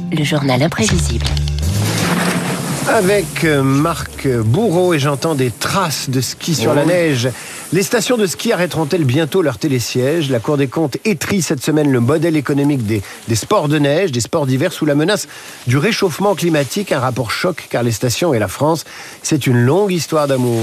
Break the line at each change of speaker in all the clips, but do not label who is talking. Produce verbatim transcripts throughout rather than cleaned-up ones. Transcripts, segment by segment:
le journal imprévisible.
Avec Marc Bourreau, et j'entends des traces de ski sur
oh.
la neige. Les stations de ski arrêteront-elles bientôt leur télésiège ? La Cour des comptes étrie cette semaine le modèle économique des, des sports de neige, des sports d'hiver, sous la menace du réchauffement climatique. Un rapport choc, car les stations et la France, c'est une longue histoire d'amour.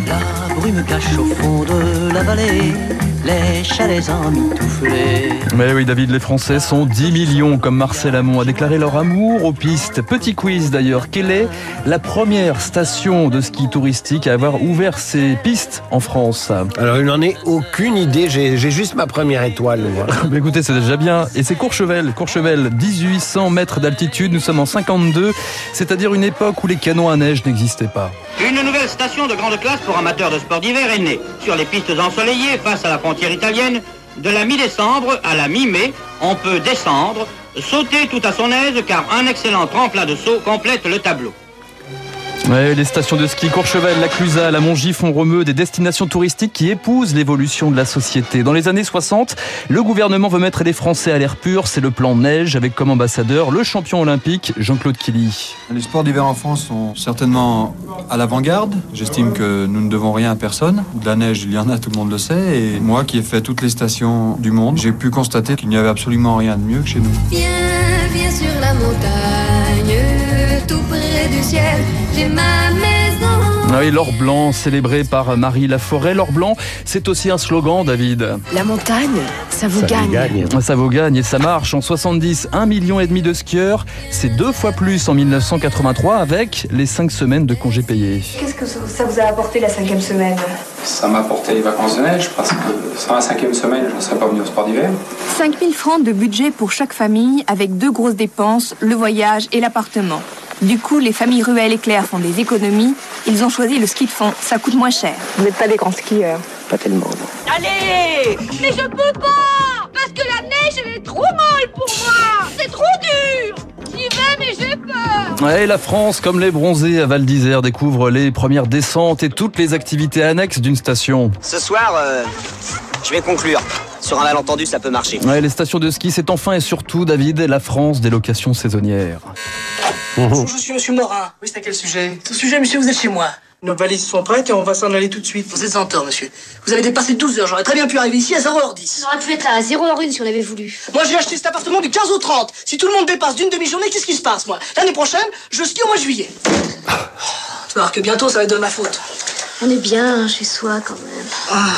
La brume cache au fond de la vallée les chalets emmitouflés.
Mais oui, David, les Français sont dix millions, comme Marcel Amont a déclaré leur amour aux pistes. Petit quiz d'ailleurs, quelle est la première station de ski touristique à avoir ouvert ses pistes en France ?
Alors, il n'en est aucune idée, j'ai, j'ai juste ma première étoile.
Mais écoutez, c'est déjà bien. Et c'est Courchevel, Courchevel, dix-huit cents mètres d'altitude, nous sommes en cinquante-deux, c'est-à-dire une époque où les canons à neige n'existaient pas.
Une nouvelle station de grande classe pour amateurs de sport d'hiver est née. Sur les pistes ensoleillées, face à la frontière italienne, de la mi-décembre à la mi-mai, on peut descendre, sauter tout à son aise, car un excellent tremplin de saut complète le tableau.
Ouais, les stations de ski Courchevel, la Clusaz, la Montgif, Font-Romeu, des destinations touristiques qui épousent l'évolution de la société. Dans les années soixante, le gouvernement veut mettre les Français à l'air pur. C'est le plan neige avec comme ambassadeur le champion olympique Jean-Claude Killy.
Les sports d'hiver en France sont certainement à l'avant-garde. J'estime que nous ne devons rien à personne. De la neige, il y en a, tout le monde le sait. Et moi qui ai fait toutes les stations du monde, j'ai pu constater qu'il n'y avait absolument rien de mieux que chez nous.
Viens, viens sur la montagne, tout près du ciel, j'ai ma maison.
Ah oui, l'or blanc, célébré par Marie Laforêt. L'or blanc, c'est aussi un slogan, David.
La montagne, ça vous
Ça
gagne.
vous gagne.
Ça vous gagne et ça marche. En soixante-dix, un million et demi de skieurs. C'est deux fois plus en mille neuf cent quatre-vingt-trois avec les cinq semaines de congés payés.
Qu'est-ce que ça vous a apporté la cinquième semaine ?
Ça m'a apporté les vacances de neige parce que sans la cinquième semaine, je ne serais pas venu au sport d'hiver.
cinq mille francs de budget pour chaque famille avec deux grosses dépenses, le voyage et l'appartement. Du coup, les familles Ruel et Claire font des économies. Ils ont choisi le ski de fond. Ça coûte moins cher. Vous n'êtes pas des grands skieurs.
Pas tellement, non.
Allez! Mais je peux pas! Parce que la neige, elle est trop molle pour moi! C'est trop dur! J'y vais, mais j'ai peur!
Ouais, la France, comme les bronzés à Val d'Isère, découvre les premières descentes et toutes les activités annexes d'une station.
Ce soir, euh, je vais conclure. Sur un malentendu, ça peut marcher.
Ouais, les stations de ski, c'est enfin et surtout, David, la France des locations saisonnières.
Bonjour, je suis monsieur Morin. Oui, c'est à quel sujet? C'est au sujet, monsieur, vous êtes chez moi. Nos valises sont prêtes et on va s'en aller tout de suite. Vous êtes en tort, monsieur. Vous avez dépassé douze heures. J'aurais très bien pu arriver ici à zéro heure dix.
On aurait pu être là à zéro heure une si on avait voulu.
Moi, j'ai acheté cet appartement du quinze au trente. Si tout le monde dépasse d'une demi-journée, qu'est-ce qui se passe, moi? L'année prochaine, je skie au mois de juillet. Tu vas voir que bientôt, ça va être de ma faute.
On est bien chez soi, quand même.
Ah.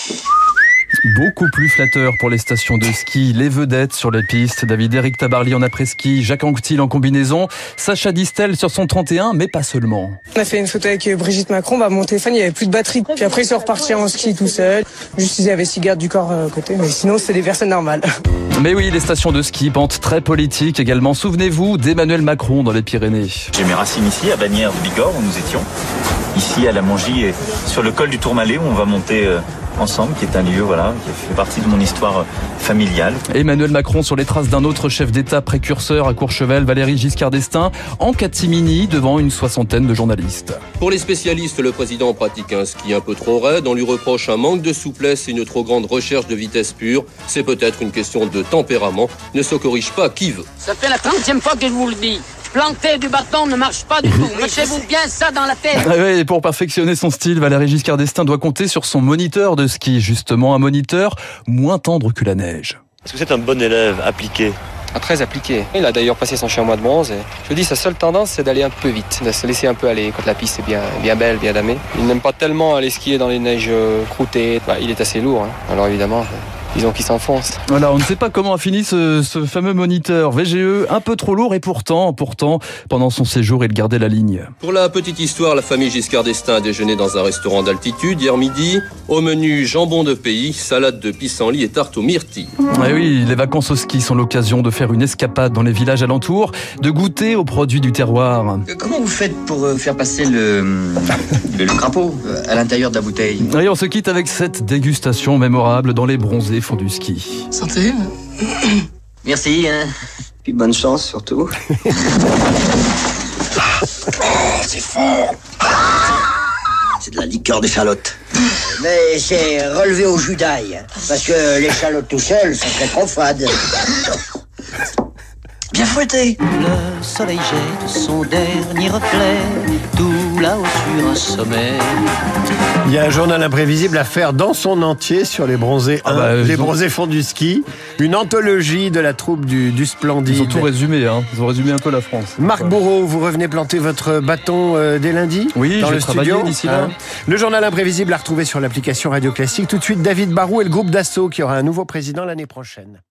Beaucoup plus flatteur pour les stations de ski, les vedettes sur les pistes. David Éric Tabarly en après-ski, Jacques Anquetil en combinaison, Sacha Distel sur son trente et un, mais pas seulement.
On a fait une photo avec Brigitte Macron, bah mon téléphone il y avait plus de batterie. Puis après ils sont repartis en ski tout seul. Juste ils avaient six gardes du corps à côté, mais sinon c'est des personnes normales.
Mais oui, les stations de ski, pente très politique également. Souvenez-vous d'Emmanuel Macron dans les Pyrénées.
J'ai mes racines ici, à Bagnères de Bigorre, où nous étions. Ici, à la Mongie, et sur le col du Tourmalet, où on va monter euh, ensemble, qui est un lieu, voilà, qui fait partie de mon histoire familiale.
Emmanuel Macron sur les traces d'un autre chef d'État précurseur à Courchevel, Valéry Giscard d'Estaing, en catimini devant une soixantaine de journalistes.
Pour les spécialistes, le président pratique un ski un peu trop raide. On lui reproche un manque de souplesse et une trop grande recherche de vitesse pure. C'est peut-être une question de tempérament. Ne se corrige pas qui veut.
Ça fait la trentième fois que je vous le dis. Planter du bâton ne marche pas du tout. Mettez-vous bien ça dans la tête.
Ah ouais, et pour perfectionner son style, Valéry Giscard d'Estaing doit compter sur son moniteur de ski. Justement, un moniteur moins tendre que la neige.
Est-ce que c'est un bon élève appliqué ?
Ah, très appliqué. Il a d'ailleurs passé son chamois de bronze. Et je vous dis, sa seule tendance, c'est d'aller un peu vite, de se laisser un peu aller quand la piste est bien, bien belle, bien damée. Il n'aime pas tellement aller skier dans les neiges croûtées. Bah, il est assez lourd, hein. Alors évidemment, disons qu'il s'enfonce.
Voilà, on ne sait pas comment a fini ce, ce fameux moniteur V G E, un peu trop lourd, et pourtant, pourtant, pendant son séjour, il gardait la ligne.
Pour la petite histoire, la famille Giscard d'Estaing a déjeuné dans un restaurant d'altitude hier midi. Au menu, jambon de pays, salade de pissenlit et tarte aux myrtilles.
Et oui, les vacances au ski sont l'occasion de faire une escapade dans les villages alentours, de goûter aux produits du terroir.
Comment vous faites pour faire passer le, le, le crapaud à l'intérieur de la bouteille?
Et on se quitte avec cette dégustation mémorable dans les bronzés font du ski.
Santé.
Merci, hein. Puis bonne chance surtout.
C'est fort.
C'est de la liqueur d'échalote. Mais c'est relevé au jus d'ail, parce que l'échalote tout seul, ça serait trop fade. Bien fait. fouetter.
Le soleil jette son dernier reflet, tout là-haut sur un sommet.
Il y a un journal imprévisible à faire dans son entier sur les bronzés un, ah bah, les bronzés font du ski, une anthologie de la troupe du, du Splendide.
Ils ont tout résumé, hein. Ils ont résumé un peu la France.
Marc Bourreau, vous revenez planter votre bâton euh, dès lundi?
Oui,
dans
je
le
vais travailler
studio
d'ici là.
Hein. Le journal imprévisible à retrouver sur l'application Radio Classique. Tout de suite, David Barrou et le groupe Dassault qui aura un nouveau président l'année prochaine.